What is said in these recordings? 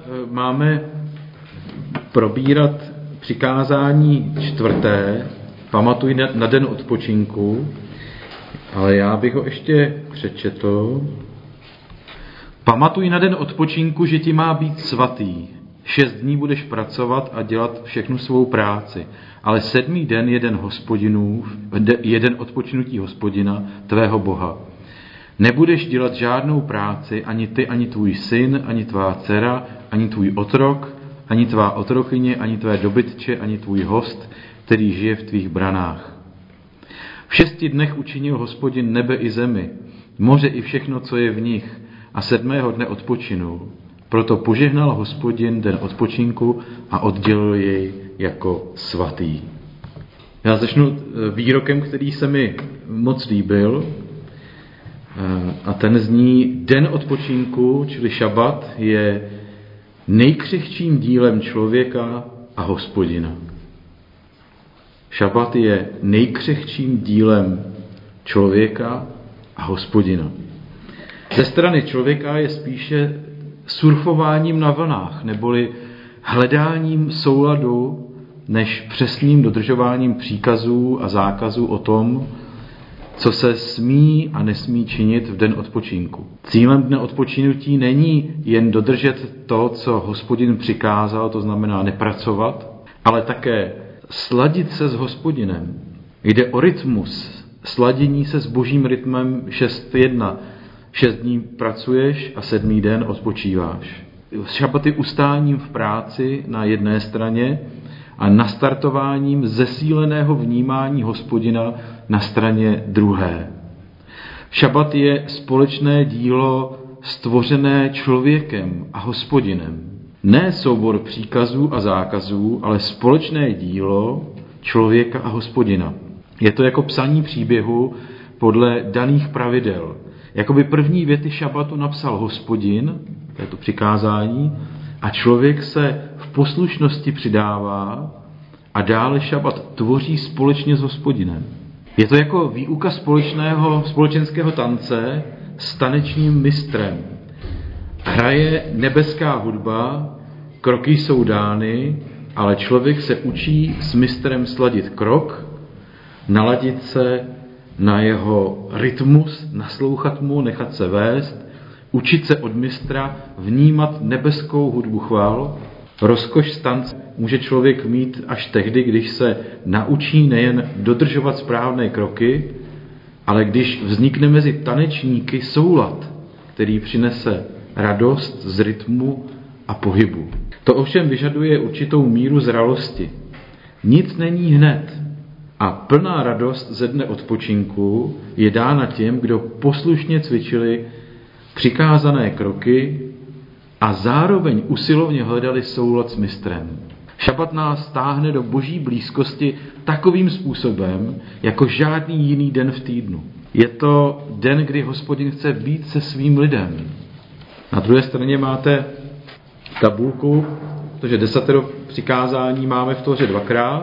máme probírat přikázání 4. Pamatuj na den odpočinku, ale já bych ho ještě přečetl. Pamatuj na den odpočinku, že ti má být svatý. 6 dní budeš pracovat a dělat všechnu svou práci, ale 7. den jeden odpočinutí Hospodina, tvého Boha. Nebudeš dělat žádnou práci, ani ty, ani tvůj syn, ani tvá dcera, ani tvůj otrok, ani tvá otrokyně, ani tvé dobytče, ani tvůj host, který žije v tvých branách. V 6 dnech učinil Hospodin nebe i zemi, moře i všechno, co je v nich, a 7. dne odpočinul. Proto požehnal Hospodin den odpočinku a oddělil jej jako svatý. Já začnu výrokem, který se mi moc líbil, a ten zní: den odpočinku, čili šabat, je nejkřehčím dílem člověka a Hospodina. Šabat je nejkřehčím dílem člověka a Hospodina. Ze strany člověka je spíše surfováním na vlnách, neboli hledáním souladu, než přesným dodržováním příkazů a zákazů o tom, co se smí a nesmí činit v den odpočinku. Cílem dne odpočinutí není jen dodržet to, co Hospodin přikázal, to znamená nepracovat, ale také sladit se s Hospodinem. Jde o rytmus, sladění se s božím rytmem 6:1. 6 dní pracuješ a 7. den odpočíváš. Šabat je ustáním v práci na jedné straně a nastartováním zesíleného vnímání Hospodina na straně druhé. Šabat je společné dílo stvořené člověkem a Hospodinem. Ne soubor příkazů a zákazů, ale společné dílo člověka a Hospodina. Je to jako psaní příběhu podle daných pravidel. Jakoby první věty šabatu napsal Hospodin, to je to přikázání, a člověk se v poslušnosti přidává a dále šabat tvoří společně s Hospodinem. Je to jako výuka společenského tance s tanečním mistrem. Hraje nebeská hudba, kroky jsou dány, ale člověk se učí s mistrem sladit krok, naladit se na jeho rytmus, naslouchat mu, nechat se vést, učit se od mistra, vnímat nebeskou hudbu chvál. Rozkoš z tance může člověk mít až tehdy, když se naučí nejen dodržovat správné kroky, ale když vznikne mezi tanečníky soulad, který přinese radost z rytmu a pohybu. To ovšem vyžaduje určitou míru zralosti. Nic není hned. A plná radost ze dne odpočinku je dána těm, kdo poslušně cvičili přikázané kroky a zároveň usilovně hledali soulad s mistrem. Šabat nás táhne do boží blízkosti takovým způsobem, jako žádný jiný den v týdnu. Je to den, kdy Hospodin chce být se svým lidem. Na druhé straně máte tabulku, protože 10 přikázání máme v Tóře 2krát.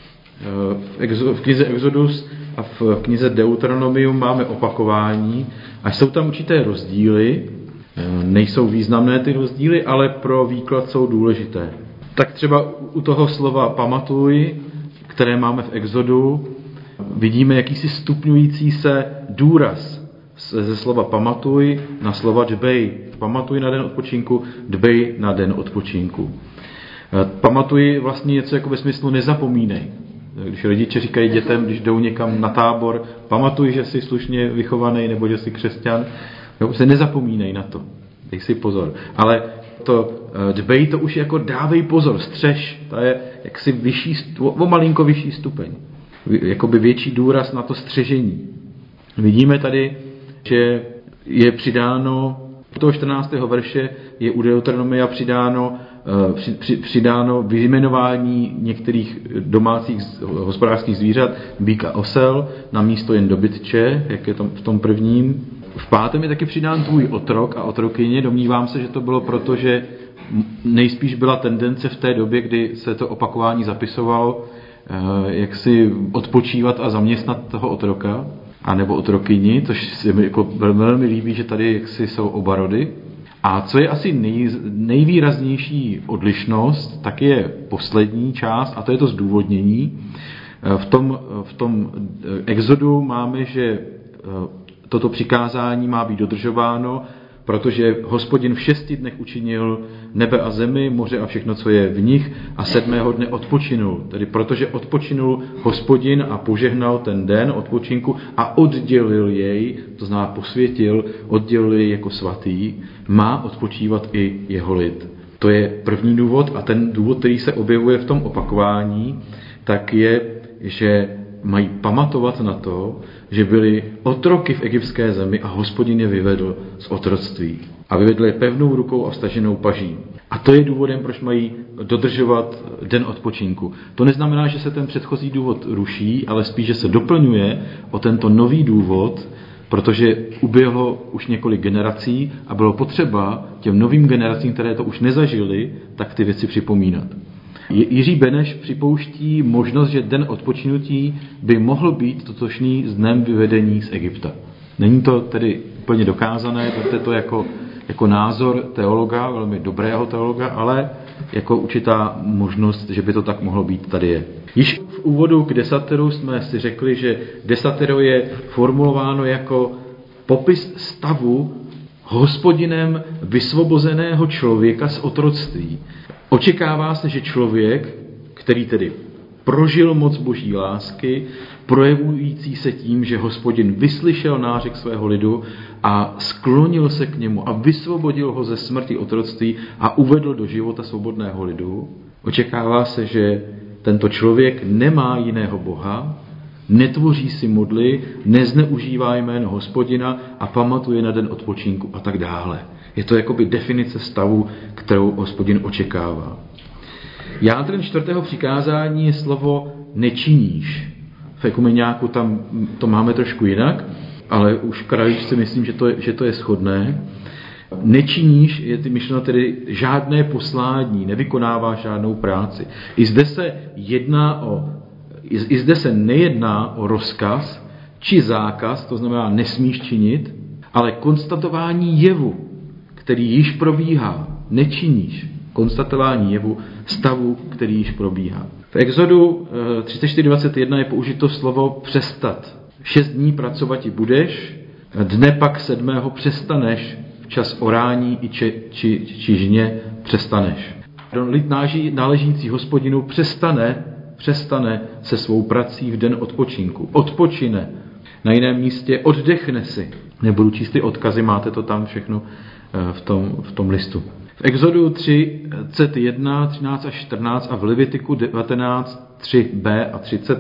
V knize Exodus a v knize Deuteronomium máme opakování a jsou tam určité rozdíly, nejsou významné ty rozdíly, ale pro výklad jsou důležité. Tak třeba u toho slova pamatuj, které máme v Exodu, vidíme jakýsi stupňující se důraz ze slova pamatuj na slova dbej. Pamatuj na den odpočinku, dbej na den odpočinku. Pamatuj vlastně něco jako ve smyslu nezapomínej. Když rodiče říkají dětem, když jdou někam na tábor, pamatuj, že jsi slušně vychovaný nebo že jsi křesťan, no, se nezapomínej na to, dej si pozor. Ale to dbej, to už jako dávej pozor, střež, to je jaksi vyšší, o malinko vyšší stupeň. Jakoby větší důraz na to střežení. Vidíme tady, že je přidáno, do toho 14. verše je u Deuteronomia přidáno vyjmenování některých domácích hospodářských zvířat, býk a osel, na místo jen dobytče, jak je to v tom prvním. V 5. je taky přidán tvůj otrok a otrokyně. Domnívám se, že to bylo proto, že nejspíš byla tendence v té době, kdy se to opakování zapisovalo, jak si odpočívat a zaměstnat toho otroka, anebo otrokyni, což se mi jako velmi líbí, že tady jaksi jsou oba rody. A co je asi nejvýraznější odlišnost, tak je poslední část, a to je to zdůvodnění. V tom exodu máme, že toto přikázání má být dodržováno, protože Hospodin v 6 dnech učinil nebe a zemi, moře a všechno, co je v nich, a 7. dne odpočinul. Tedy protože odpočinul Hospodin a požehnal ten den odpočinku a oddělil jej, to znamená posvětil, oddělil jej jako svatý, má odpočívat i jeho lid. To je první důvod, a ten důvod, který se objevuje v tom opakování, tak je, že mají pamatovat na to, že byli otroky v egyptské zemi a Hospodin je vyvedl z otroctví. A vyvedl je pevnou rukou a vstaženou paží. A to je důvodem, proč mají dodržovat den odpočinku. To neznamená, že se ten předchozí důvod ruší, ale spíš, že se doplňuje o tento nový důvod, protože uběhlo už několik generací a bylo potřeba těm novým generacím, které to už nezažili, tak ty věci připomínat. Jiří Beneš připouští možnost, že den odpočinutí by mohl být totožný s dnem vyvedení z Egypta. Není to tedy úplně dokázané, protože to jako názor teologa, velmi dobrého teologa, ale jako určitá možnost, že by to tak mohlo být, tady je. Již v úvodu k desateru jsme si řekli, že desatero je formulováno jako popis stavu Hospodinem vysvobozeného člověka z otroctví. Očekává se, že člověk, který tedy prožil moc boží lásky, projevující se tím, že Hospodin vyslyšel nářek svého lidu a sklonil se k němu a vysvobodil ho ze smrti otroctví a uvedl do života svobodného lidu, očekává se, že tento člověk nemá jiného Boha, netvoří si modly, nezneužívá jméno Hospodina a pamatuje na den odpočinku a tak dále. Je to jakoby definice stavu, kterou Hospodin očekává. Jádrem 4. přikázání je slovo nečiníš. V ekumeniáku tam to máme trošku jinak, ale už v krajíčce myslím, že to je shodné. Nečiníš je ty myšleno tedy žádné poslání, nevykonává žádnou práci. I zde se nejedná o rozkaz či zákaz, to znamená nesmíš činit, ale konstatování jevu, který již probíhá. Nečiníš. Konstatování jevu, stavu, který již probíhá. V Exodu 34:21 je použito slovo přestat. 6 dní pracovati budeš, dne pak 7. přestaneš, v čas orání i čižně přestaneš. Lid náležící Hospodinu přestane se svou prací v den odpočinku. Odpočine. Na jiném místě oddechne si. Nebudu číst ty odkazy, máte to tam všechno v tom listu. V Exodu 31, 13 až 14 a v Levitiku 19, 3b a 30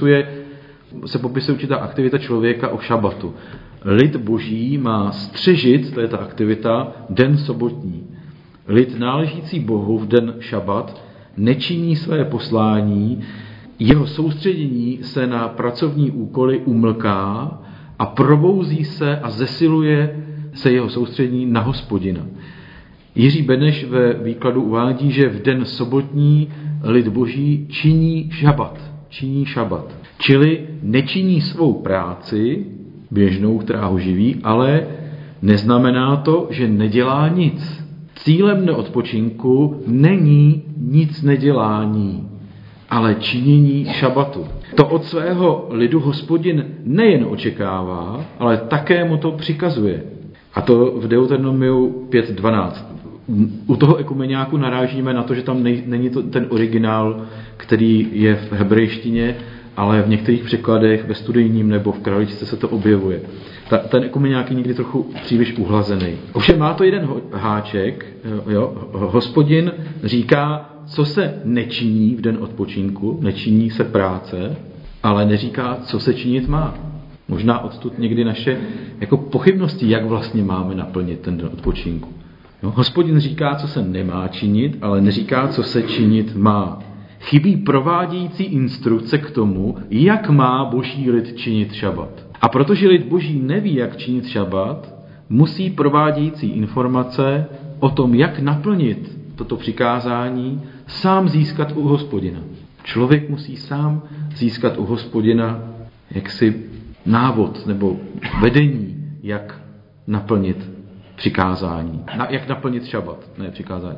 se popisuje určitá aktivita člověka o šabatu. Lid boží má střežit, to je ta aktivita, den sobotní. Lid náležící Bohu v den šabat nečiní své poslání, jeho soustředění se na pracovní úkoly umlká a probouzí se a zesiluje se jeho soustředění na Hospodina. Jiří Beneš ve výkladu uvádí, že v den sobotní lid boží činí šabat. Čili nečiní svou práci, běžnou, která ho živí, ale neznamená to, že nedělá nic. Cílem neodpočinku není nic nedělání, ale činění šabatu. To od svého lidu Hospodin nejen očekává, ale také mu to přikazuje. A to v Deuteronomiu 5.12. U toho ekumeniáku narážíme na to, že tam není to ten originál, který je v hebrejštině, ale v některých překladech, ve studijním nebo v krajíčce se to objevuje. Ten ekumeniák je někdy trochu příliš uhlazený. Ovšem má to jeden háček. Hospodin říká, co se nečiní v den odpočinku, nečiní se práce, ale neříká, co se činit má. Možná odtud někdy naše jako pochybnosti, jak vlastně máme naplnit ten den odpočinku. Hospodin říká, co se nemá činit, ale neříká, co se činit má. Chybí provádějící instrukce k tomu, jak má boží lid činit šabat. A protože lid boží neví, jak činit šabat, musí provádějící informace o tom, jak naplnit toto přikázání, sám získat u Hospodina. Člověk musí sám získat u Hospodina jaksi návod nebo vedení, jak naplnit přikázání. Jak naplnit šabat, ne přikázání.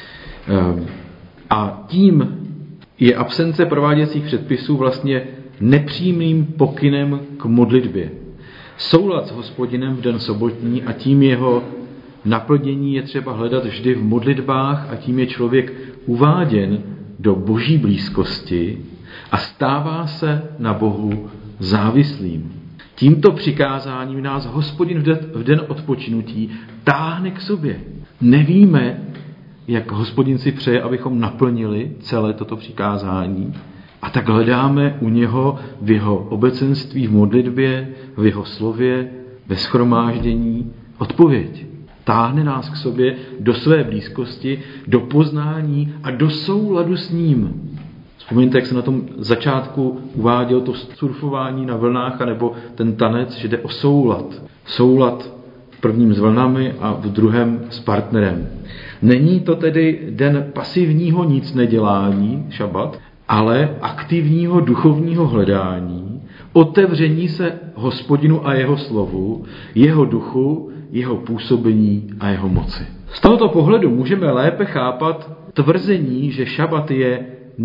A tím je absence prováděcích předpisů vlastně nepřímým pokynem k modlitbě. Soulad s Hospodinem v den sobotní a tím jeho naplnění je třeba hledat vždy v modlitbách a tím je člověk uváděn do boží blízkosti a stává se na Bohu závislým. Tímto přikázáním nás Hospodin v den odpočinutí táhne k sobě. Nevíme, jak Hospodin si přeje, abychom naplnili celé toto přikázání. A tak hledáme u něho v jeho obecenství, v modlitbě, v jeho slově, ve shromáždění odpověď. Táhne nás k sobě do své blízkosti, do poznání a do souladu s ním. Vzpomeňte, jak se na tom začátku uváděl to surfování na vlnách, anebo ten tanec, že jde o soulad. Soulad v prvním s vlnami a v druhém s partnerem. Není to tedy den pasivního nicnedělání, šabat, ale aktivního duchovního hledání, otevření se Hospodinu a jeho slovu, jeho duchu, jeho působení a jeho moci. Z tohoto pohledu můžeme lépe chápat tvrzení, že šabat je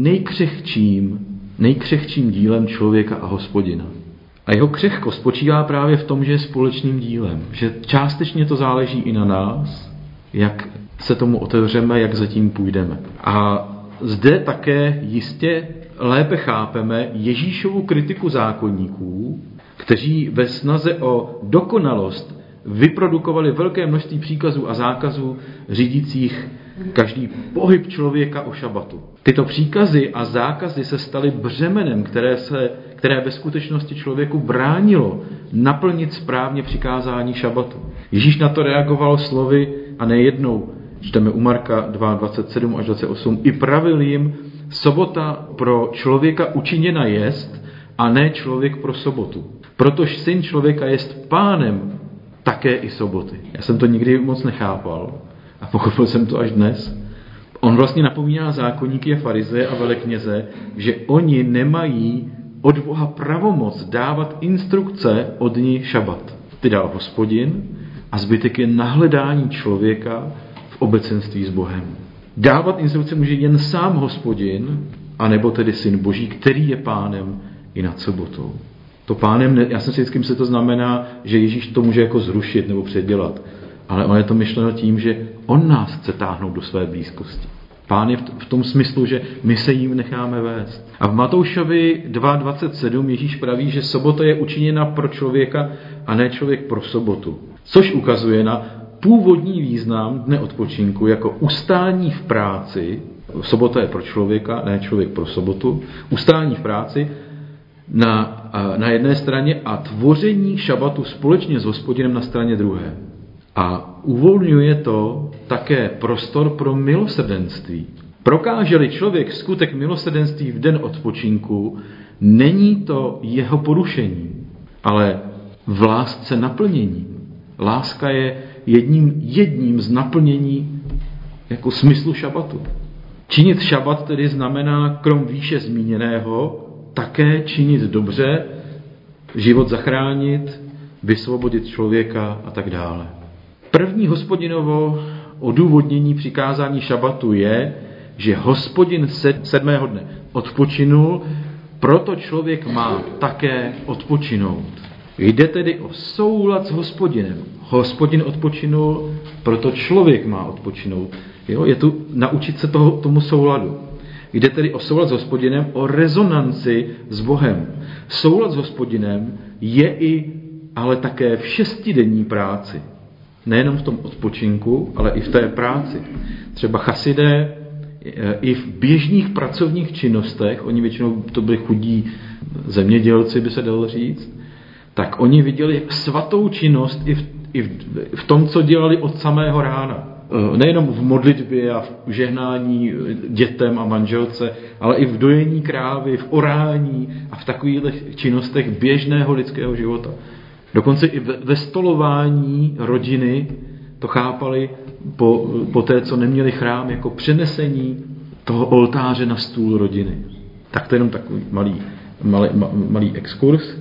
nejkřehčím dílem člověka a Hospodina. A jeho křehkost spočívá právě v tom, že je společným dílem, že částečně to záleží i na nás, jak se tomu otevřeme, jak zatím půjdeme. A zde také jistě lépe chápeme Ježíšovu kritiku zákonníků, kteří ve snaze o dokonalost vyprodukovali velké množství příkazů a zákazů řídících každý pohyb člověka o šabatu. Tyto příkazy a zákazy se staly břemenem, které ve skutečnosti člověku bránilo naplnit správně přikázání šabatu. Ježíš na to reagoval slovy a nejednou. Čteme u Marka 2:27 až 28. I pravil jim, sobota pro člověka učiněna jest a ne člověk pro sobotu. Protož syn člověka jest pánem také i soboty. Já jsem to nikdy moc nechápal a pochopil jsem to až dnes. On vlastně napomíná zákonníky a farizeje a velekněze, že oni nemají od Boha pravomoc dávat instrukce o dni šabat. Ty dal Hospodin a zbytek je nahledání člověka v obecenství s Bohem. Dávat instrukce může jen sám Hospodin, anebo tedy Syn Boží, který je pánem i nad sobotou. To pánem, já jsem si vždycky myslel, to znamená, že Ježíš to může jako zrušit nebo předělat. Ale on je to myšleno tím, že on nás chce táhnout do své blízkosti. Pán je v tom smyslu, že my se jím necháme vést. A v Matoušovi 2:27 Ježíš praví, že sobota je učiněna pro člověka a ne člověk pro sobotu. Což ukazuje na původní význam dne odpočinku jako ustání v práci. Sobota je pro člověka, ne člověk pro sobotu. Ustání v práci na jedné straně a tvoření šabatu společně s Hospodinem na straně druhé. A uvolňuje to také prostor pro milosrdenství. Prokáže-li člověk skutek milosrdenství v den odpočinku, není to jeho porušení, ale v lásce naplnění. Láska je jedním z naplnění jako smyslu šabatu. Činit šabat tedy znamená, krom výše zmíněného, také činit dobře, život zachránit, vysvobodit člověka a tak dále. První Hospodinovo odůvodnění přikázání šabatu je, že Hospodin 7. dne odpočinul, proto člověk má také odpočinout. Jde tedy o soulad s Hospodinem. Hospodin odpočinul, proto člověk má odpočinout. Jo? Je tu naučit se tomu souladu. Jde tedy o soulad s Hospodinem, o rezonanci s Bohem. Soulad s Hospodinem je ale také v šestidenní práci. Nejenom v tom odpočinku, ale i v té práci. Třeba chasidé i v běžných pracovních činnostech, oni většinou to byli chudí zemědělci, by se dalo říct, tak oni viděli svatou činnost i v tom, co dělali od samého rána. Nejenom v modlitbě a v žehnání dětem a manželce, ale i v dojení krávy, v orání a v takových činnostech běžného lidského života. Dokonce i ve stolování rodiny to chápali po té, co neměli chrám, jako přenesení toho oltáře na stůl rodiny. Tak to je jenom takový malý exkurs.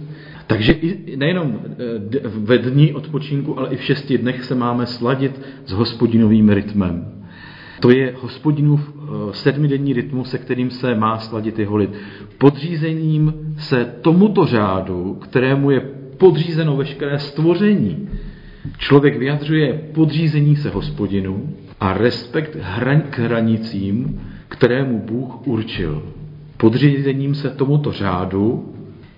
Takže nejenom ve dni odpočinku, ale i v 6 dnech se máme sladit s Hospodinovým rytmem. To je Hospodinův 7denní rytmus, se kterým se má sladit jeho lid. Podřízením se tomuto řádu, kterému je podřízeno veškeré stvoření, člověk vyjadřuje podřízení se Hospodinu a respekt k hranicím, kterému Bůh určil. Podřízením se tomuto řádu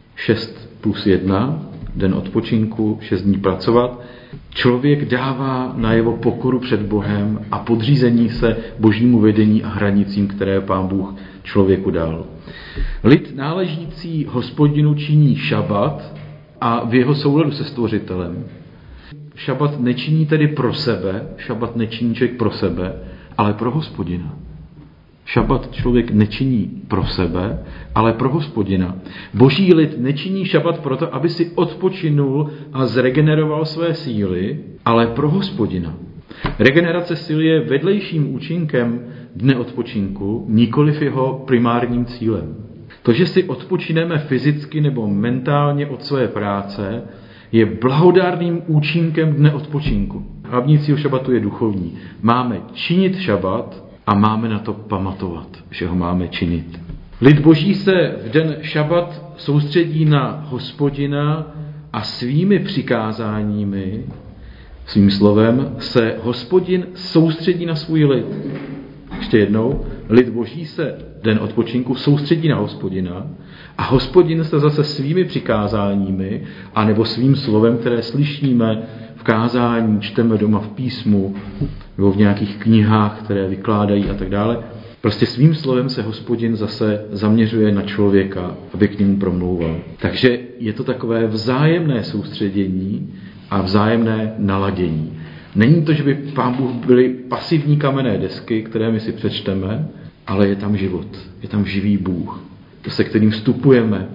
6+1, den odpočinku, 6 dní pracovat, člověk dává najevo pokoru před Bohem a podřízení se božímu vedení a hranicím, které Pán Bůh člověku dal. Lid náležící Hospodinu činí šabat a v jeho souladu se Stvořitelem. Šabat nečiní tedy pro sebe, šabat nečiní člověk pro sebe, ale pro Hospodina. Šabat člověk nečiní pro sebe, ale pro Hospodina. Boží lid nečiní šabat proto, aby si odpočinul a zregeneroval své síly, ale pro Hospodina. Regenerace sil je vedlejším účinkem dne odpočinku, nikoliv jeho primárním cílem. To, že si odpočineme fyzicky nebo mentálně od své práce, je blahodárným účinkem dne odpočinku. Hlavní cíl šabatu je duchovní. Máme činit šabat a máme na to pamatovat, že ho máme činit. Lid boží se v den šabat soustředí na Hospodina a svými přikázáními, svým slovem, se Hospodin soustředí na svůj lid. Ještě jednou, lid boží se den odpočinku soustředí na Hospodina a Hospodin se zase svými přikázáními anebo svým slovem, které slyšíme v kázání, čteme doma v písmu nebo v nějakých knihách, které vykládají a tak dále. Prostě svým slovem se Hospodin zase zaměřuje na člověka, aby k němu promlouval. Takže je to takové vzájemné soustředění a vzájemné naladění. Není to, že by Pán Bůh byly pasivní kamenné desky, které my si přečteme, ale je tam život, je tam živý Bůh, se kterým vstupujeme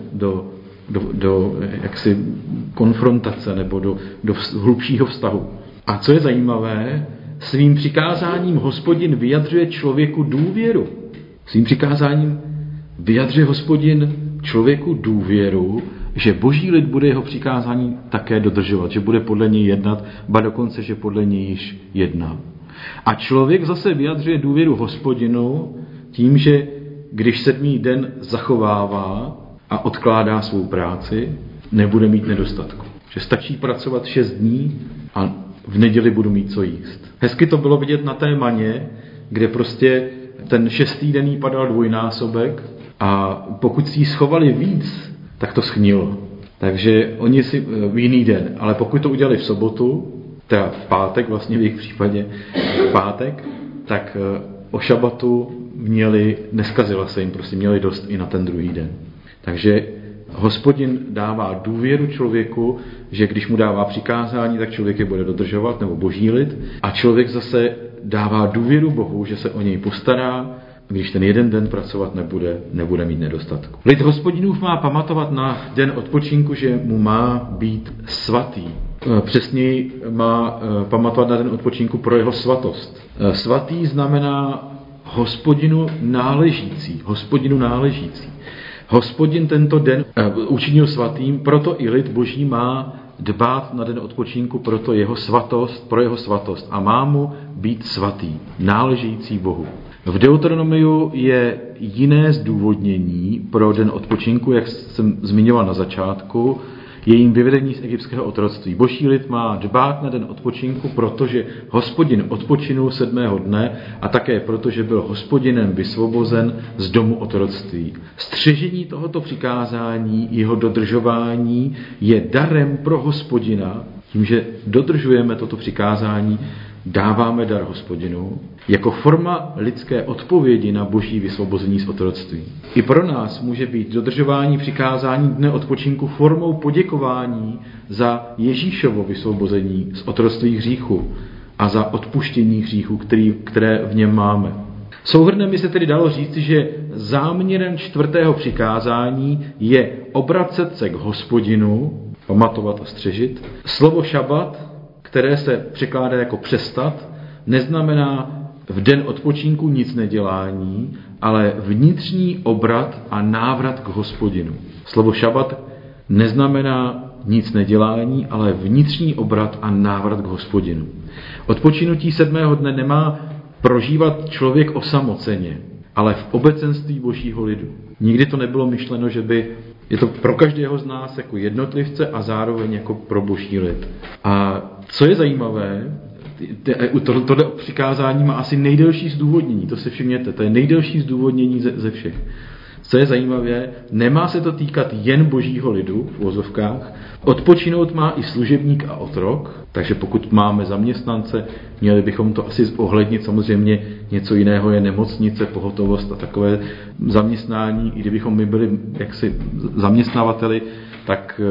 do jaksi konfrontace nebo do hlubšího vztahu. A co je zajímavé, svým přikázáním Hospodin vyjadřuje člověku důvěru. Svým přikázáním vyjadřuje Hospodin člověku důvěru, že boží lid bude jeho přikázání také dodržovat, že bude podle něj jednat, ba dokonce, že podle něj již jedná. A člověk zase vyjadřuje důvěru Hospodinu tím, že když 7. den zachovává a odkládá svou práci, nebude mít nedostatku. Že stačí pracovat 6 dní a v neděli budu mít co jíst. Hezky to bylo vidět na té maně, kde prostě ten 6. den jí padal dvojnásobek a pokud si ji schovali víc, tak to schnilo. Takže oni si v jiný den, ale pokud to udělali v sobotu, teda v pátek, vlastně v jejich případě v pátek, tak o šabatu měli, neskazila se jim, prostě měli dost i na ten druhý den. Takže Hospodin dává důvěru člověku, že když mu dává přikázání, tak člověk je bude dodržovat, nebo boží lid, a člověk zase dává důvěru Bohu, že se o něj postará, když ten jeden den pracovat nebude mít nedostatku. Lid Hospodinův má pamatovat na den odpočinku, že mu má být svatý. Přesněji má pamatovat na den odpočinku pro jeho svatost. Svatý znamená Hospodinu náležící. Hospodinu náležící. Hospodin tento den učinil svatým, proto i lid boží má dbát na den odpočinku pro jeho svatost a má mu být svatý, náležející Bohu. V Deuteronomiu je jiné zdůvodnění pro den odpočinku, jak jsem zmiňoval na začátku, je jim vyvedení z egyptského otroctví. Boží lid má dbát na den odpočinku, protože Hospodin odpočinul 7. dne a také protože byl Hospodinem vysvobozen z domu otroctví. Střežení tohoto přikázání, jeho dodržování je darem pro Hospodina. Tím, že dodržujeme toto přikázání, dáváme dar Hospodinu jako forma lidské odpovědi na boží vysvobození z otroctví. I pro nás může být dodržování přikázání dne odpočinku formou poděkování za Ježíšovo vysvobození z otroctví hříchu a za odpuštění hříchu, které v něm máme. Souhrnem by se tedy dalo říct, že záměrem 4. přikázání je obracet se k Hospodinu, pamatovat a střežit. Slovo šabat, které se překládá jako přestat, neznamená v den odpočinku nic nedělání, ale vnitřní obrat a návrat k Hospodinu. Slovo šabat neznamená nic nedělání, ale vnitřní obrat a návrat k Hospodinu. Odpočinutí 7. dne nemá prožívat člověk osamoceně, ale v obecenství Božího lidu. Nikdy to nebylo myšleno, že by je to pro každého z nás jako jednotlivce a zároveň jako pro Boží lid. A co je zajímavé, tohle přikázání má asi nejdelší zdůvodnění, to si všimněte, to je nejdelší zdůvodnění ze všech. Co je zajímavé, nemá se to týkat jen Božího lidu v uvozovkách, odpočinout má i služebník a otrok, takže pokud máme zaměstnance, měli bychom to asi zohlednit, samozřejmě něco jiného je nemocnice, pohotovost a takové zaměstnání, i kdybychom my byli jaksi zaměstnavateli, tak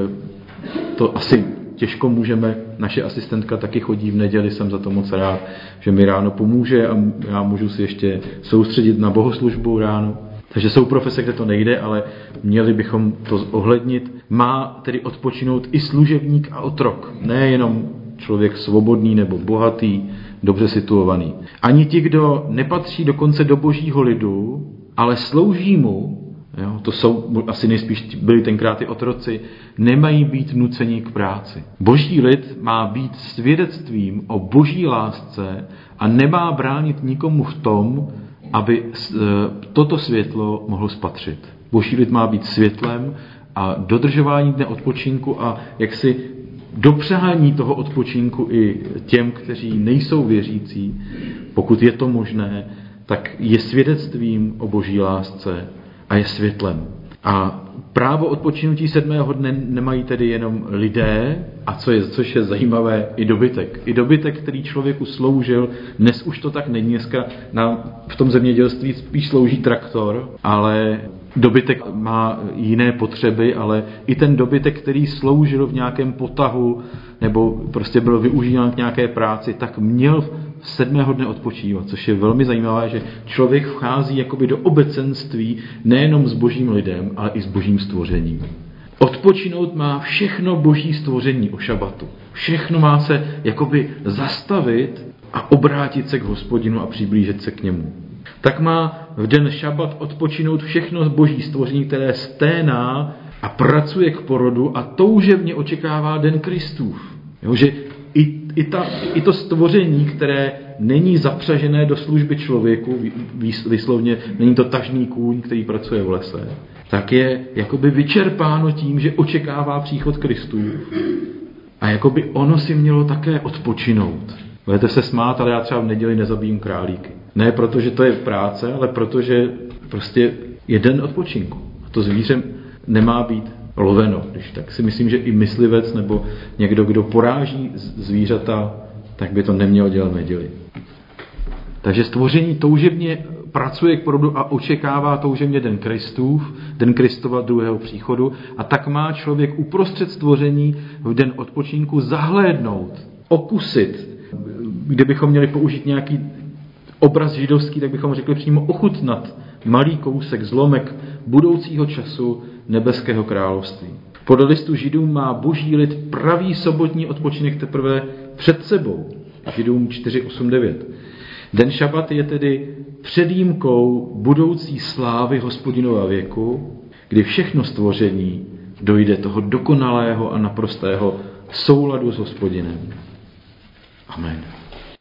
to asi těžko můžeme, naše asistentka taky chodí v neděli, jsem za to moc rád, že mi ráno pomůže a já můžu si ještě soustředit na bohoslužbu ráno. Takže jsou profese, kde to nejde, ale měli bychom to zohlednit. Má tedy odpočinout i služebník a otrok, nejenom člověk svobodný nebo bohatý, dobře situovaný. Ani ti, kdo nepatří dokonce do Božího lidu, ale slouží mu, jo, to jsou asi nejspíš byli tenkrát i otroci, nemají být nuceni k práci. Boží lid má být svědectvím o Boží lásce a nemá bránit nikomu v tom, aby toto světlo mohlo spatřit. Boží lid má být světlem a dodržování dne odpočinku a jaksi dopřání toho odpočinku i těm, kteří nejsou věřící, pokud je to možné, tak je svědectvím o Boží lásce a je světlem. A právo odpočinutí 7. dne nemají tedy jenom lidé, což je zajímavé, i dobytek. I dobytek, který člověku sloužil, dnes už to tak není, dneska v tom zemědělství spíš slouží traktor, ale dobytek má jiné potřeby, ale i ten dobytek, který sloužil v nějakém potahu nebo prostě byl využíván k nějaké práci, tak měl 7. dne odpočívat, což je velmi zajímavé, že člověk vchází jakoby do obecenství nejenom s Božím lidem, ale i s Božím stvořením. Odpočinout má všechno Boží stvoření o šabatu. Všechno má se jakoby zastavit a obrátit se k Hospodinu a přiblížit se k němu. Tak má v den šabat odpočinout všechno Boží stvoření, které sténá a pracuje k porodu a toužebně očekává den Kristův. Jo, že i to stvoření, které není zapřažené do služby člověku, výslovně není to tažný kůň, který pracuje v lese, tak je jakoby vyčerpáno tím, že očekává příchod Kristův. A jakoby ono si mělo také odpočinout. Budete se smát, ale já třeba v neděli nezabijím králíky. Ne protože to je práce, ale protože prostě je den odpočinku. A to zvíře nemá být loveno. Když tak si myslím, že i myslivec nebo někdo, kdo poráží zvířata, tak by to neměl dělat v neděli. Takže stvoření toužebně pracuje k porodu a očekává toužebně den Kristův, den Kristova druhého příchodu, a tak má člověk uprostřed stvoření v den odpočinku zahlédnout, okusit. Kdybychom měli použít nějaký obraz židovský, tak bychom řekli přímo ochutnat malý kousek, zlomek budoucího času nebeského království. Podle listu Židům má Boží lid pravý sobotní odpočinek teprve před sebou. Židům 4:8-9. Den šabat je tedy předjímkou budoucí slávy Hospodinova věku, kdy všechno stvoření dojde toho dokonalého a naprostého souladu s Hospodinem. Amen.